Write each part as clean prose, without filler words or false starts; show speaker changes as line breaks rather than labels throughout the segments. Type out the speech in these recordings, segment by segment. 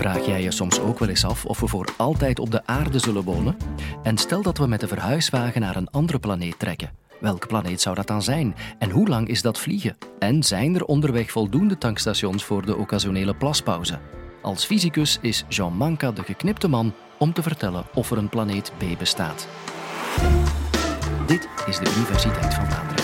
Vraag jij je soms ook wel eens af of we voor altijd op de aarde zullen wonen? En stel dat we met de verhuiswagen naar een andere planeet trekken. Welke planeet zou dat dan zijn? En hoe lang is dat vliegen? En zijn er onderweg voldoende tankstations voor de occasionele plaspauze? Als fysicus is Jean Manca de geknipte man om te vertellen of er een planeet B bestaat. Dit is de Universiteit van Vlaanderen.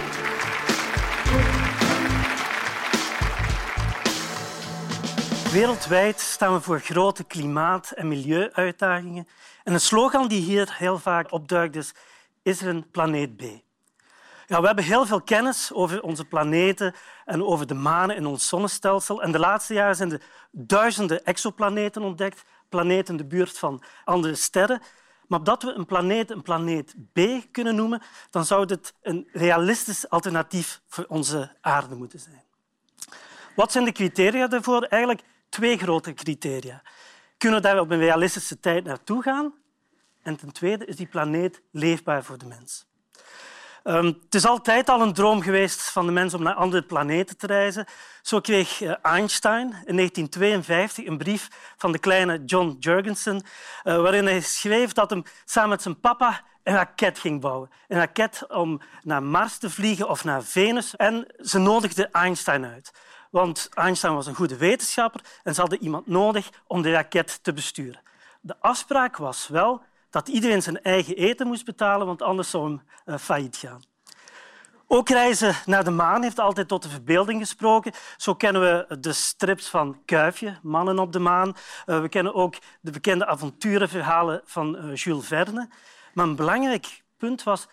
Wereldwijd staan we voor grote klimaat- en milieuuitdagingen. En een slogan die hier heel vaak opduikt is er een planeet B? Ja, we hebben heel veel kennis over onze planeten en over de manen in ons zonnestelsel. En de laatste jaren zijn er duizenden exoplaneten ontdekt, planeten in de buurt van andere sterren. Maar opdat we een planeet B kunnen noemen, dan zou dit een realistisch alternatief voor onze aarde moeten zijn. Wat zijn de criteria daarvoor? Eigenlijk 2 grote criteria. Kunnen we daar op een realistische tijd naartoe gaan? En ten tweede, is die planeet leefbaar voor de mens? Het is altijd al een droom geweest van de mens om naar andere planeten te reizen. Zo kreeg Einstein in 1952 een brief van de kleine John Jurgensen, waarin hij schreef dat hij samen met zijn papa een raket ging bouwen. Een raket om naar Mars te vliegen of naar Venus. En ze nodigden Einstein uit. Want Einstein was een goede wetenschapper en ze hadden iemand nodig om de raket te besturen. De afspraak was wel dat iedereen zijn eigen eten moest betalen, want anders zou hij failliet gaan. Ook reizen naar de maan heeft altijd tot de verbeelding gesproken. Zo kennen we de strips van Kuifje, Mannen op de maan. We kennen ook de bekende avonturenverhalen van Jules Verne. Maar een belangrijk punt was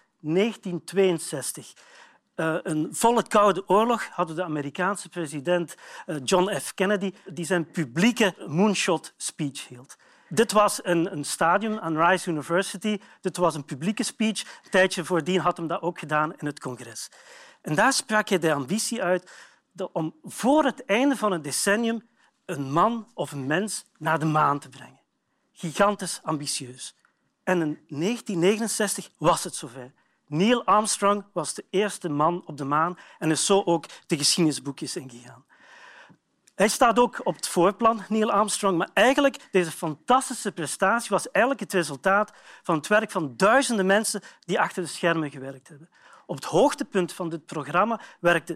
1962. Een volle Koude Oorlog hadden de Amerikaanse president John F. Kennedy die zijn publieke moonshot speech hield. Dit was een stadium aan Rice University. Dit was een publieke speech. Een tijdje voordien had hij dat ook gedaan in het congres. En daar sprak hij de ambitie uit om voor het einde van het decennium een man of een mens naar de maan te brengen. Gigantisch ambitieus. En in 1969 was het zover. Neil Armstrong was de eerste man op de maan en is zo ook de geschiedenisboekjes ingegaan. Hij staat ook op het voorplan, Neil Armstrong, maar eigenlijk deze fantastische prestatie was eigenlijk het resultaat van het werk van duizenden mensen die achter de schermen gewerkt hebben. Op het hoogtepunt van dit programma werkten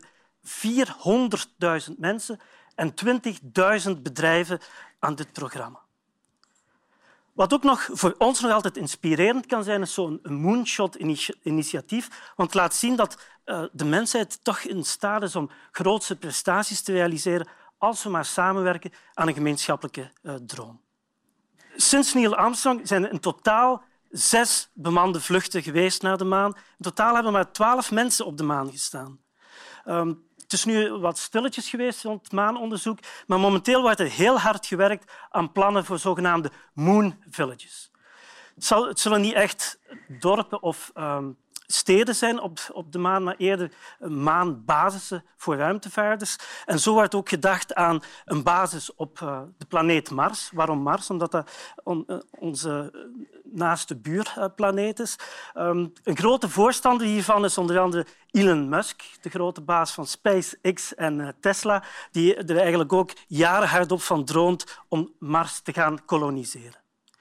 400.000 mensen en 20.000 bedrijven aan dit programma. Wat ook nog voor ons nog altijd inspirerend kan zijn, is zo'n moonshot-initiatief. Want het laat zien dat de mensheid toch in staat is om grootse prestaties te realiseren als we maar samenwerken aan een gemeenschappelijke droom. Sinds Neil Armstrong zijn er in totaal 6 bemande vluchten geweest naar de maan. In totaal hebben maar 12 mensen op de maan gestaan. Het is nu wat stilletjes geweest rond het maanonderzoek, maar momenteel wordt er heel hard gewerkt aan plannen voor zogenaamde moon villages. Het zullen niet echt dorpen of steden zijn op de maan, maar eerder maanbasissen voor ruimtevaarders. En zo wordt ook gedacht aan een basis op de planeet Mars. Waarom Mars? Omdat dat onze naaste buurplaneet is. Een grote voorstander hiervan is onder andere Elon Musk, de grote baas van SpaceX en Tesla, die er eigenlijk ook jaren hardop van droomt om Mars te gaan koloniseren.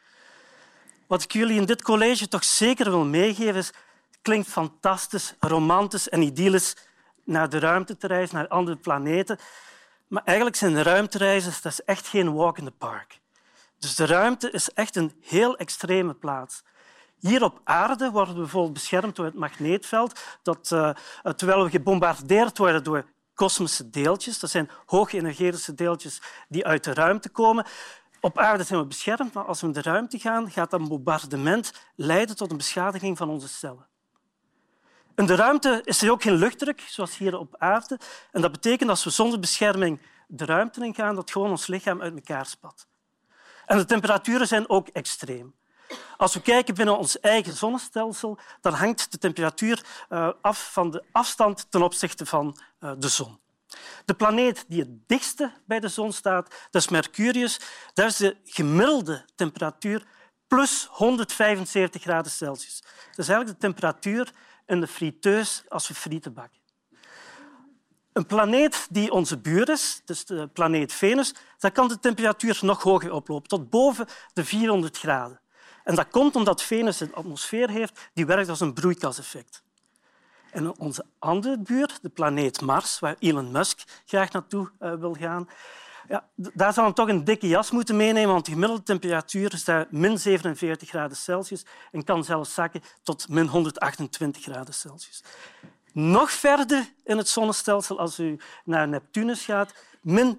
Wat ik jullie in dit college toch zeker wil meegeven is: het klinkt fantastisch, romantisch en idyllisch naar de ruimte te reizen, naar andere planeten. Maar eigenlijk zijn de ruimtereizen dat is echt geen walk in the park. Dus de ruimte is echt een heel extreme plaats. Hier op aarde worden we bijvoorbeeld beschermd door het magneetveld, dat terwijl we gebombardeerd worden door kosmische deeltjes, dat zijn hoogenergetische deeltjes die uit de ruimte komen. Op aarde zijn we beschermd, maar als we in de ruimte gaan, gaat dat bombardement leiden tot een beschadiging van onze cellen. In de ruimte is er ook geen luchtdruk, zoals hier op aarde. En dat betekent dat als we zonder bescherming de ruimte ingaan, dat gewoon ons lichaam uit elkaar spat. En de temperaturen zijn ook extreem. Als we kijken binnen ons eigen zonnestelsel, dan hangt de temperatuur af van de afstand ten opzichte van de zon. De planeet die het dichtste bij de zon staat, dat is Mercurius. Daar is de gemiddelde temperatuur plus 175 graden Celsius. Dat is eigenlijk de temperatuur in de friteus als we frieten bakken. Een planeet die onze buur is, dus de planeet Venus, daar kan de temperatuur nog hoger oplopen, tot boven de 400 graden. En dat komt omdat Venus een atmosfeer heeft die werkt als een broeikaseffect. En onze andere buur, de planeet Mars, waar Elon Musk graag naartoe wil gaan, ja, daar zal hij toch een dikke jas moeten meenemen, want de gemiddelde temperatuur is daar min 47 graden Celsius en kan zelfs zakken tot min 128 graden Celsius. Nog verder in het zonnestelsel, als u naar Neptunus gaat, min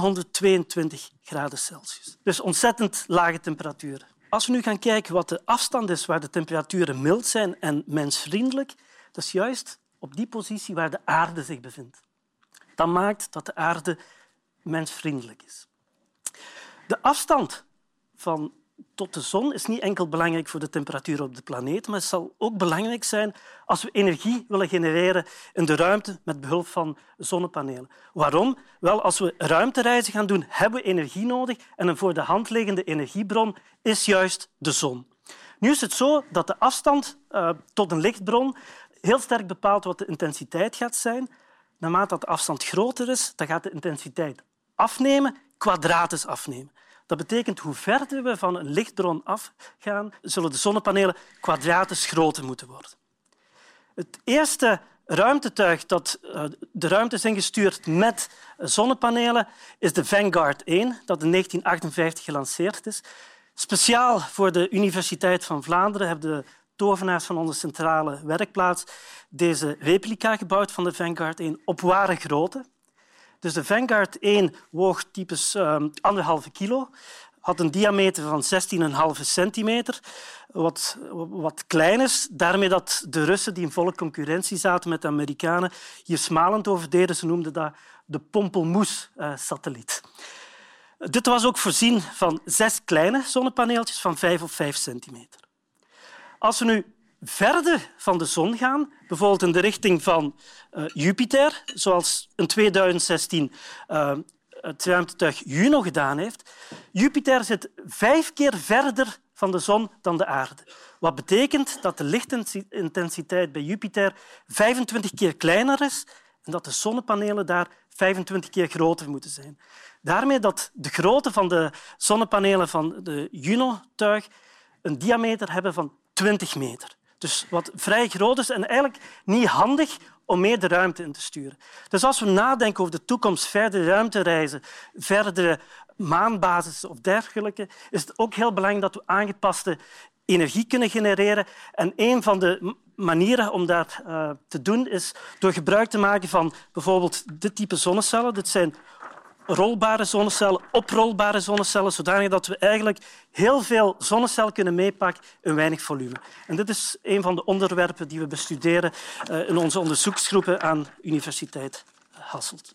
222 graden Celsius. Dus ontzettend lage temperaturen. Als we nu gaan kijken wat de afstand is waar de temperaturen mild zijn en mensvriendelijk, dat is juist op die positie waar de aarde zich bevindt. Dat maakt dat de aarde mensvriendelijk is. De afstand tot de zon is niet enkel belangrijk voor de temperatuur op de planeet, maar het zal ook belangrijk zijn als we energie willen genereren in de ruimte met behulp van zonnepanelen. Waarom? Wel, als we ruimtereizen gaan doen, hebben we energie nodig en een voor de hand liggende energiebron is juist de zon. Nu is het zo dat de afstand tot een lichtbron heel sterk bepaalt wat de intensiteit gaat zijn. Naarmate dat de afstand groter is, dan gaat de intensiteit afnemen, kwadratisch afnemen. Dat betekent hoe verder we van een lichtbron afgaan, zullen de zonnepanelen kwadratisch groter moeten worden. Het eerste ruimtetuig dat de ruimte is ingestuurd met zonnepanelen is de Vanguard 1, dat in 1958 gelanceerd is. Speciaal voor de Universiteit van Vlaanderen hebben de tovenaars van onze centrale werkplaats deze replica gebouwd van de Vanguard 1 op ware grootte. Dus de Vanguard 1 woog typisch 1,5 kilo, had een diameter van 16,5 centimeter, wat klein is. Daarmee dat de Russen, die in volle concurrentie zaten met de Amerikanen, hier smalend over deden. Ze noemden dat de Pompelmoes-satelliet. Dit was ook voorzien van 6 kleine zonnepaneeltjes van 5 of 5 centimeter. Als we nu verder van de zon gaan, bijvoorbeeld in de richting van Jupiter, zoals in 2016 het ruimtetuig Juno gedaan heeft. Jupiter zit 5 keer verder van de zon dan de aarde. Wat betekent dat de lichtintensiteit bij Jupiter 25 keer kleiner is en dat de zonnepanelen daar 25 keer groter moeten zijn. Daarmee dat de grootte van de zonnepanelen van de Juno-tuig een diameter hebben van 20 meter. Dus wat vrij groot is en eigenlijk niet handig om mee de ruimte in te sturen. Dus als we nadenken over de toekomst, verdere ruimtereizen, verdere maanbasis of dergelijke, is het ook heel belangrijk dat we aangepaste energie kunnen genereren. En een van de manieren om dat te doen is door gebruik te maken van bijvoorbeeld dit type zonnecellen. Dit zijn rolbare zonnecellen, oprolbare zonnecellen, zodanig dat we eigenlijk heel veel zonnecel kunnen meepakken in weinig volume. En dit is een van de onderwerpen die we bestuderen in onze onderzoeksgroepen aan de Universiteit Hasselt.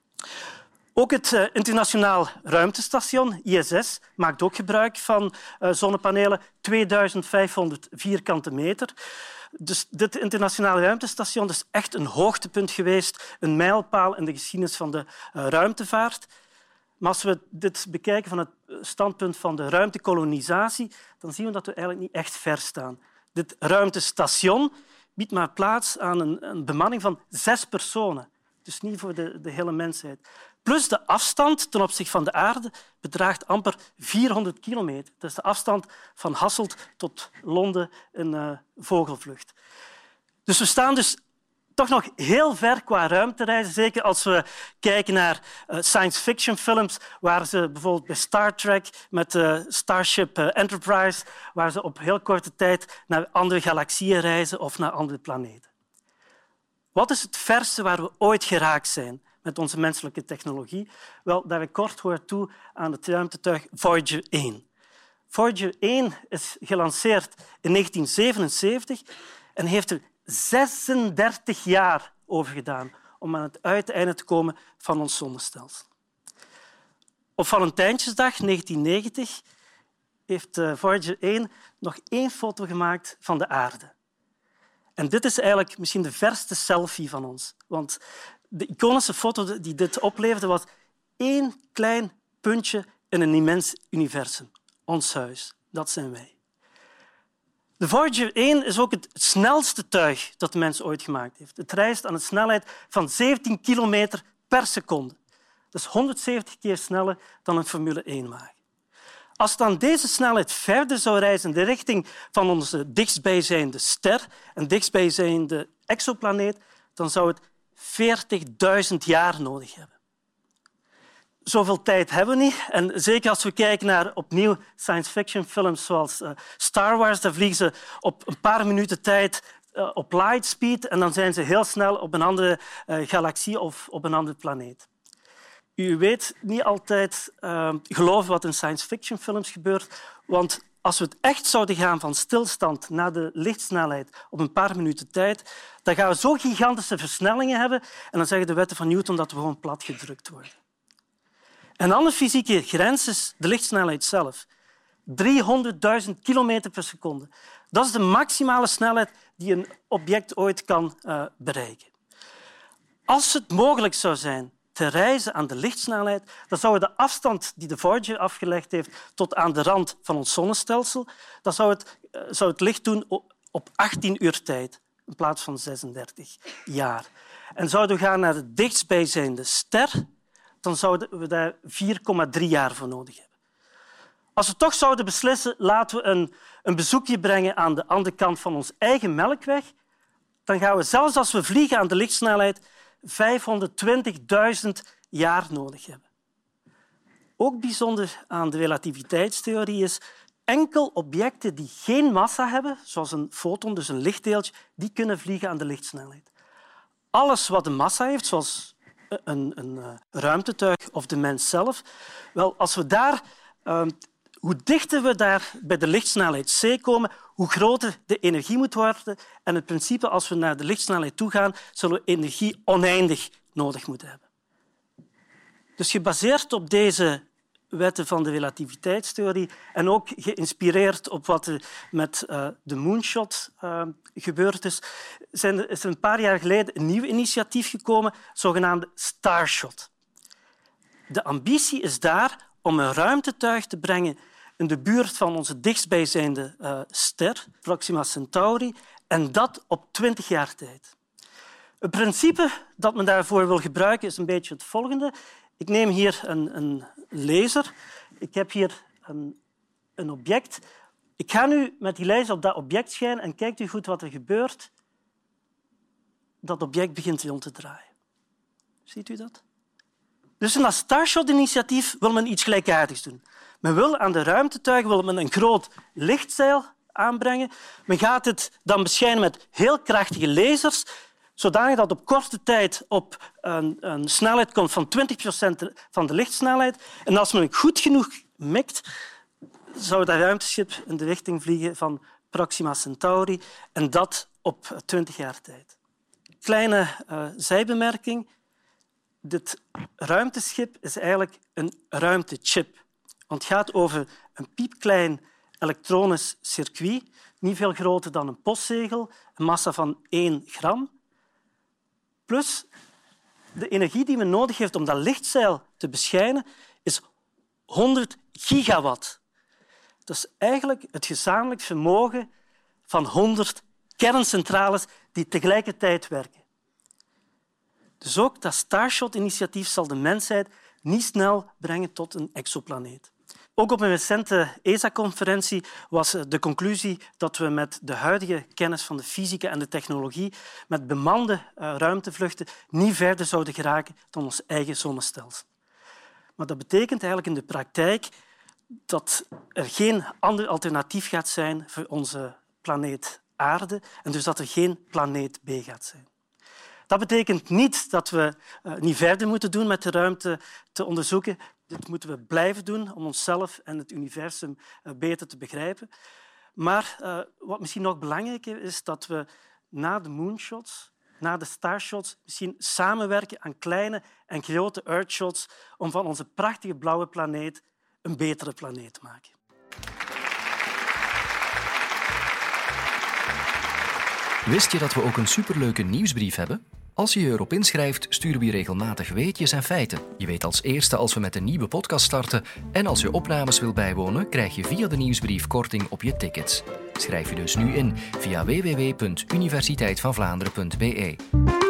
Ook het Internationaal Ruimtestation, ISS, maakt ook gebruik van zonnepanelen, 2500 vierkante meter. Dus dit internationale ruimtestation is echt een hoogtepunt geweest, een mijlpaal in de geschiedenis van de ruimtevaart. Maar als we dit bekijken van het standpunt van de ruimtekolonisatie, dan zien we dat we eigenlijk niet echt ver staan. Dit ruimtestation biedt maar plaats aan een bemanning van 6 personen. Dus niet voor de hele mensheid. Plus de afstand ten opzichte van de aarde bedraagt amper 400 kilometer. Dat is de afstand van Hasselt tot Londen in vogelvlucht. Dus we staan dus toch nog heel ver qua ruimtereizen. Zeker als we kijken naar science fiction films, waar ze bijvoorbeeld bij Star Trek met Starship Enterprise, waar ze op heel korte tijd naar andere galaxieën reizen of naar andere planeten. Wat is het verste waar we ooit geraakt zijn met onze menselijke technologie? Wel, dat kort hoort toe aan het ruimtetuig Voyager 1. Voyager 1 is gelanceerd in 1977 en heeft er 36 jaar over gedaan om aan het uiteinde te komen van ons zonnestelsel. Op Valentijnsdag 1990 heeft Voyager 1 nog 1 foto gemaakt van de aarde. En dit is eigenlijk misschien de verste selfie van ons. Want de iconische foto die dit opleverde was 1 klein puntje in een immens universum. Ons huis, dat zijn wij. De Voyager 1 is ook het snelste tuig dat de mens ooit gemaakt heeft. Het reist aan een snelheid van 17 kilometer per seconde. Dat is 170 keer sneller dan een Formule 1-wagen. Als het aan deze snelheid verder zou reizen in de richting van onze dichtstbijzijnde ster en dichtstbijzijnde exoplaneet, dan zou het 40.000 jaar nodig hebben. Zoveel tijd hebben we niet. En zeker als we kijken naar opnieuw science-fiction films zoals Star Wars, dan vliegen ze op een paar minuten tijd op lightspeed en dan zijn ze heel snel op een andere galaxie of op een andere planeet. U weet niet altijd geloven wat in science-fiction films gebeurt, want als we het echt zouden gaan van stilstand naar de lichtsnelheid op een paar minuten tijd, dan gaan we zo gigantische versnellingen hebben en dan zeggen de wetten van Newton dat we gewoon platgedrukt worden. Een andere fysieke grens is de lichtsnelheid zelf. 300.000 kilometer per seconde. Dat is de maximale snelheid die een object ooit kan bereiken. Als het mogelijk zou zijn te reizen aan de lichtsnelheid, dan zou de afstand die de Voyager afgelegd heeft tot aan de rand van ons zonnestelsel, dan zou het licht doen op 18 uur tijd in plaats van 36 jaar. En zouden we gaan naar de dichtstbijzijnde ster, dan zouden we daar 4,3 jaar voor nodig hebben. Als we toch zouden beslissen, laten we een bezoekje brengen aan de andere kant van ons eigen Melkweg, dan gaan we zelfs als we vliegen aan de lichtsnelheid 520.000 jaar nodig hebben. Ook bijzonder aan de relativiteitstheorie is enkel objecten die geen massa hebben, zoals een foton, dus een lichtdeeltje, die kunnen vliegen aan de lichtsnelheid. Alles wat een massa heeft, zoals een ruimtetuig of de mens zelf, wel, als we daar, hoe dichter we daar bij de lichtsnelheid c komen, hoe groter de energie moet worden. En het principe, als we naar de lichtsnelheid toe gaan, zullen we energie oneindig nodig moeten hebben. Dus gebaseerd op deze wetten van de relativiteitstheorie en ook geïnspireerd op wat er met de moonshot gebeurd is er een paar jaar geleden een nieuw initiatief gekomen, zogenaamde Starshot. De ambitie is daar om een ruimtetuig te brengen in de buurt van onze dichtstbijzijnde ster, Proxima Centauri, en dat op 20 jaar tijd. Het principe dat men daarvoor wil gebruiken is een beetje het volgende. Ik neem hier een laser. Ik heb hier een object. Ik ga nu met die laser op dat object schijnen en kijkt u goed wat er gebeurt. Dat object begint rond te draaien. Ziet u dat? Dus in dat Starshot-initiatief wil men iets gelijkaardigs doen. Men wil aan de ruimtetuigen een groot lichtzeil aanbrengen. Men gaat het dan beschijnen met heel krachtige lasers, zodanig dat op korte tijd op een snelheid komt van 20% van de lichtsnelheid. En als men goed genoeg mikt, zou dat ruimteschip in de richting vliegen van Proxima Centauri en dat op 20 jaar tijd. Kleine zijbemerking. Dit ruimteschip is eigenlijk een ruimtechip. Want het gaat over een piepklein elektronisch circuit, niet veel groter dan een postzegel, een massa van 1 gram. Plus de energie die men nodig heeft om dat lichtzeil te beschijnen is 100 gigawatt. Dat is eigenlijk het gezamenlijk vermogen van 100 kerncentrales die tegelijkertijd werken. Dus ook dat Starshot-initiatief zal de mensheid niet snel brengen tot een exoplaneet. Ook op een recente ESA-conferentie was de conclusie dat we met de huidige kennis van de fysica en de technologie met bemande ruimtevluchten niet verder zouden geraken dan ons eigen zonnestelsel. Maar dat betekent eigenlijk in de praktijk dat er geen ander alternatief gaat zijn voor onze planeet Aarde en dus dat er geen planeet B gaat zijn. Dat betekent niet dat we niet verder moeten doen met de ruimte te onderzoeken. Dit moeten we blijven doen om onszelf en het universum beter te begrijpen. Maar wat misschien nog belangrijker is, dat we na de moonshots, na de starshots, misschien samenwerken aan kleine en grote earthshots om van onze prachtige blauwe planeet een betere planeet te maken.
Wist je dat we ook een superleuke nieuwsbrief hebben? Als je je erop inschrijft, sturen we je regelmatig weetjes en feiten. Je weet als eerste als we met een nieuwe podcast starten en als je opnames wil bijwonen, krijg je via de nieuwsbrief korting op je tickets. Schrijf je dus nu in via www.universiteitvanvlaanderen.be.